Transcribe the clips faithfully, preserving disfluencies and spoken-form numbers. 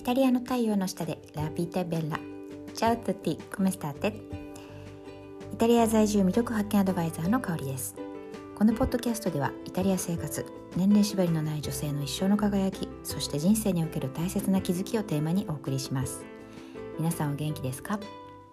タリアの太陽の下でラビタベラチャウトティコメスターテ。イタリア在住魅力発見アドバイザーの香里です。このポッドキャストではイタリア生活、年齢縛りのない女性の一生の輝き、そして人生における大切な気づきをテーマにお送りします。皆さんお元気ですか？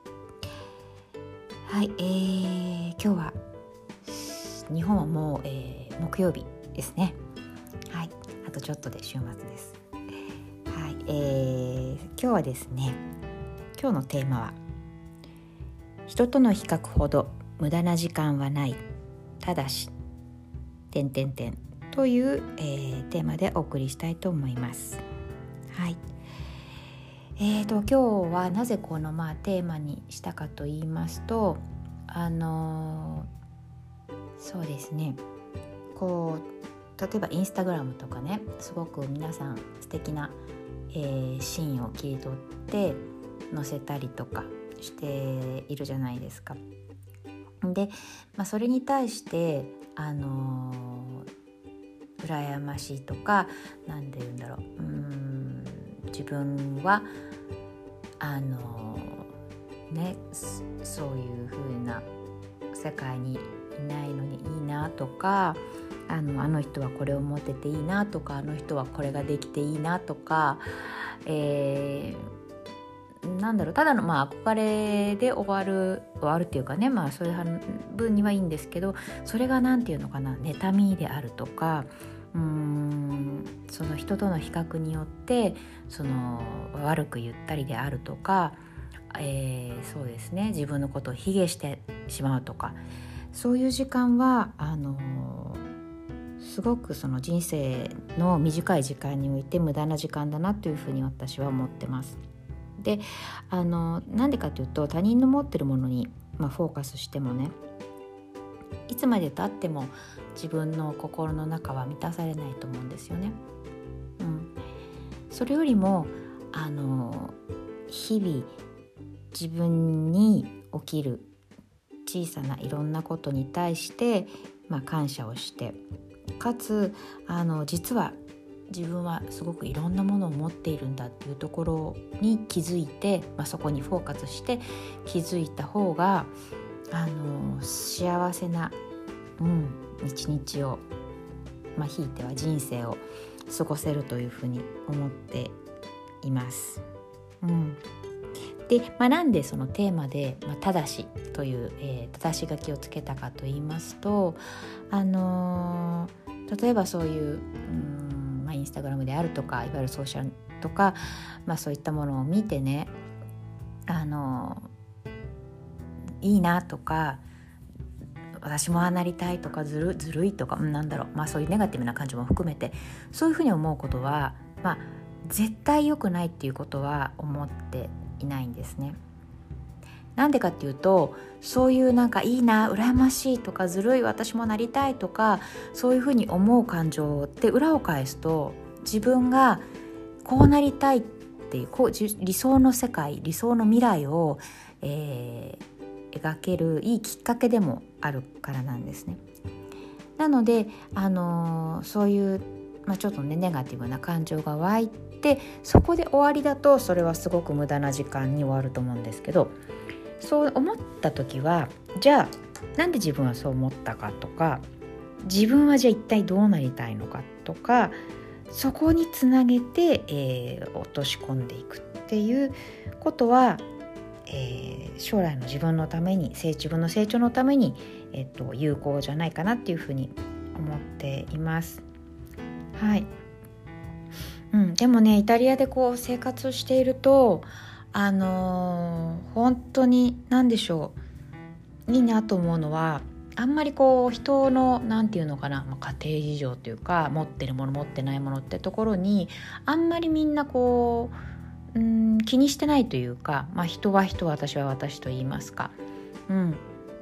はい、えー、今日は日本はもう、えー、木曜日ですね。はい、あとちょっとで週末です。はい、えー、今日はですね、今日のテーマは人との比較ほど無駄な時間はない、ただし点々点という、えー、テーマでお送りしたいと思います。はい、えーと今日はなぜこの、まあ、テーマにしたかと言いますと、あのー、そうですね、こう例えばインスタグラムとかね、すごく皆さん素敵な、えー、シーンを切り取って載せたりとかしているじゃないですか。で、まあ、それに対してあのー、羨ましいとか、なんで言うんだろう、うーん自分はあのー、ねそういう風な世界にいないのにいいなとか、あの、あの人はこれを持ってていいなとか、あの人はこれができていいなとか、えー、なんだろう、ただの、まあ、憧れで終わる終わるっていうかね、まあそういう分にはいいんですけど、それがなんていうのかな、妬みであるとか、うーんその人との比較によってその悪く言ったりであるとか、えー、そうですね、自分のことを卑下してしまうとか、そういう時間はあのすごくその人生の短い時間において無駄な時間だなというふうに私は思ってます。で、あのなんでかというと、他人の持ってるものに、まあ、フォーカスしてもね、いつまで経っても自分の心の中は満たされないと思うんですよね。うん、それよりもあの日々自分に起きる小さないろんなことに対して、まあ、感謝をして、かつあの実は自分はすごくいろんなものを持っているんだっていうところに気づいて、まあ、そこにフォーカスして気づいた方があの幸せな、うん、一日を、まあ、ひいては人生を過ごせるというふうに思っています。うん、で、まあ、なんでそのテーマで、まあ、ただしという、えー、正し書きをつけたかと言いますと、あのー、例えばそういう、うんまあ、インスタグラムであるとか、いわゆるソーシャルとか、まあ、そういったものを見てね、あのー、いいなとか、私もああなりたいとか、ずるずるいとか、なんだろう、まあ、そういうネガティブな感情も含めてそういうふうに思うことは、まあ、絶対良くないっていうことは思っていないんですね。なんでかっていうと、そういうなんかいいな、羨ましいとか、ずるい、私もなりたいとか、そういうふうに思う感情って裏を返すと、自分がこうなりたいっていう、こう理想の世界、理想の未来を、えー、描けるいいきっかけでもあるからなんですね。なので、あのー、そういう、まあ、ちょっとねネガティブな感情が湧いて、そこで終わりだと、それはすごく無駄な時間に終わると思うんですけど、そう思った時は、じゃあなんで自分はそう思ったかとか、自分はじゃあ一体どうなりたいのかとか、そこにつなげて、えー、落とし込んでいくっていうことは、えー、将来の自分のために、自分の成長のために、えーと、有効じゃないかなっていうふうに思っています。はい、うん、でもね、イタリアでこう生活していると、あのー、本当に何でしょう、いいなと思うのは、あんまりこう人のなんていうのかな、まあ、家庭事情というか、持ってるもの持ってないものってところにあんまりみんなこう、うーん気にしてないというか、まあ、人は人、私は私と言いますか、うん、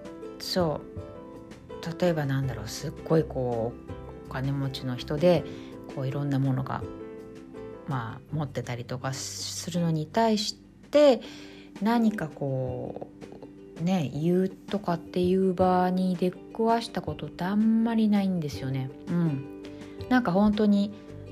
そう例えばなんだろう、すっごいこうお金持ちの人でこういろんなものが、まあ、持ってたりとかするのに対してで何かこうね言うとかっていう場に出くわしたことってあんまりないんですよね。うん、なんか本当に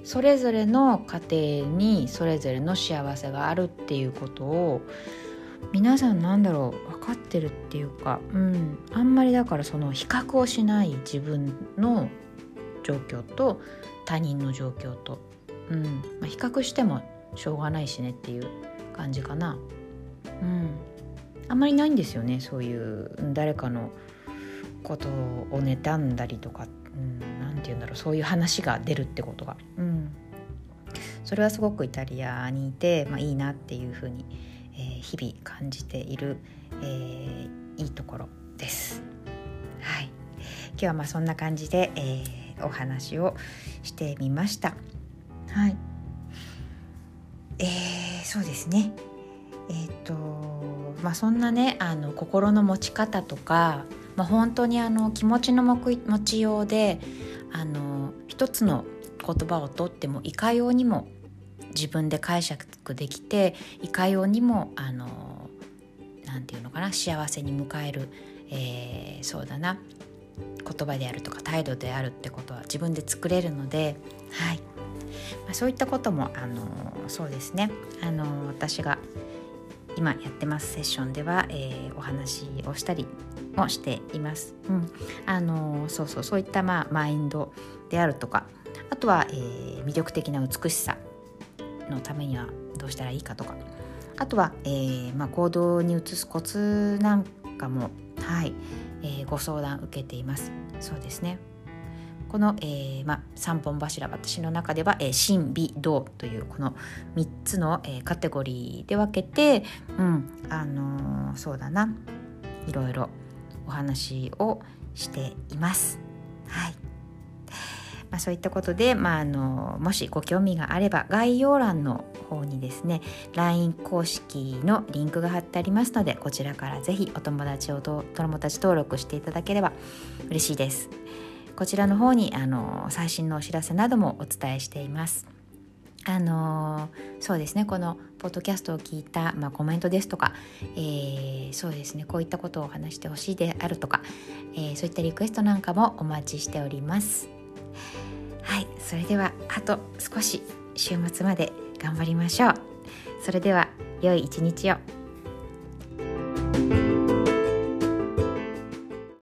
それぞれの家庭にそれぞれの幸せがあるっていうことを皆さんなんだろう分かってるっていうか、うん、あんまりだからその比較をしない自分の状況と他人の状況と、うんまあ、比較してもしょうがないしねっていう感じかな。うん、あんまりないんですよね、そういう誰かのことを妬んだりとか、うん、なんて言うんだろう、そういう話が出るってことが、うん、それはすごくイタリアにいて、まあ、いいなっていうふうに、えー、日々感じている、えー、いいところです。はい、今日はまあそんな感じで、えー、お話をしてみました。はい、えー、そうですね。えーとまあ、そんなねあの心の持ち方とか、まあ、本当にあの気持ちの持ちようであの一つの言葉をとってもいかようにも自分で解釈できて、いかようにもあのなんていうのかな、幸せに迎える、えー、そうだな言葉であるとか態度であるってことは自分で作れるので、はい、まあ、そういったこともあのそうですね、あの私が今やってますセッションでは、えー、お話をしたりもしています。うん、あのそうそうそういった、まあ、マインドであるとか、あとは、えー、魅力的な美しさのためにはどうしたらいいかとか、あとは、えーまあ、行動に移すコツなんかも、はいえー、ご相談受けています。そうですね。この、えーまあ、さんぼん柱、私の中では、えー、心美動というこのみっつの、えー、カテゴリーで分けて、うんあのー、そうだないろいろお話をしています。はい、まあ、そういったことで、まあ、あのもしご興味があれば概要欄の方にですね ライン 公式のリンクが貼ってありますので、こちらからぜひお友達をと友達登録していただければ嬉しいです。こちらの方にあの最新のお知らせなどもお伝えしています。あのそうですね、このポッドキャストを聞いた、まあ、コメントですとか、えー、そうですねこういったことを話してほしいであるとか、えー、そういったリクエストなんかもお待ちしております。はい、それではあと少し週末まで頑張りましょう。それでは良い一日を。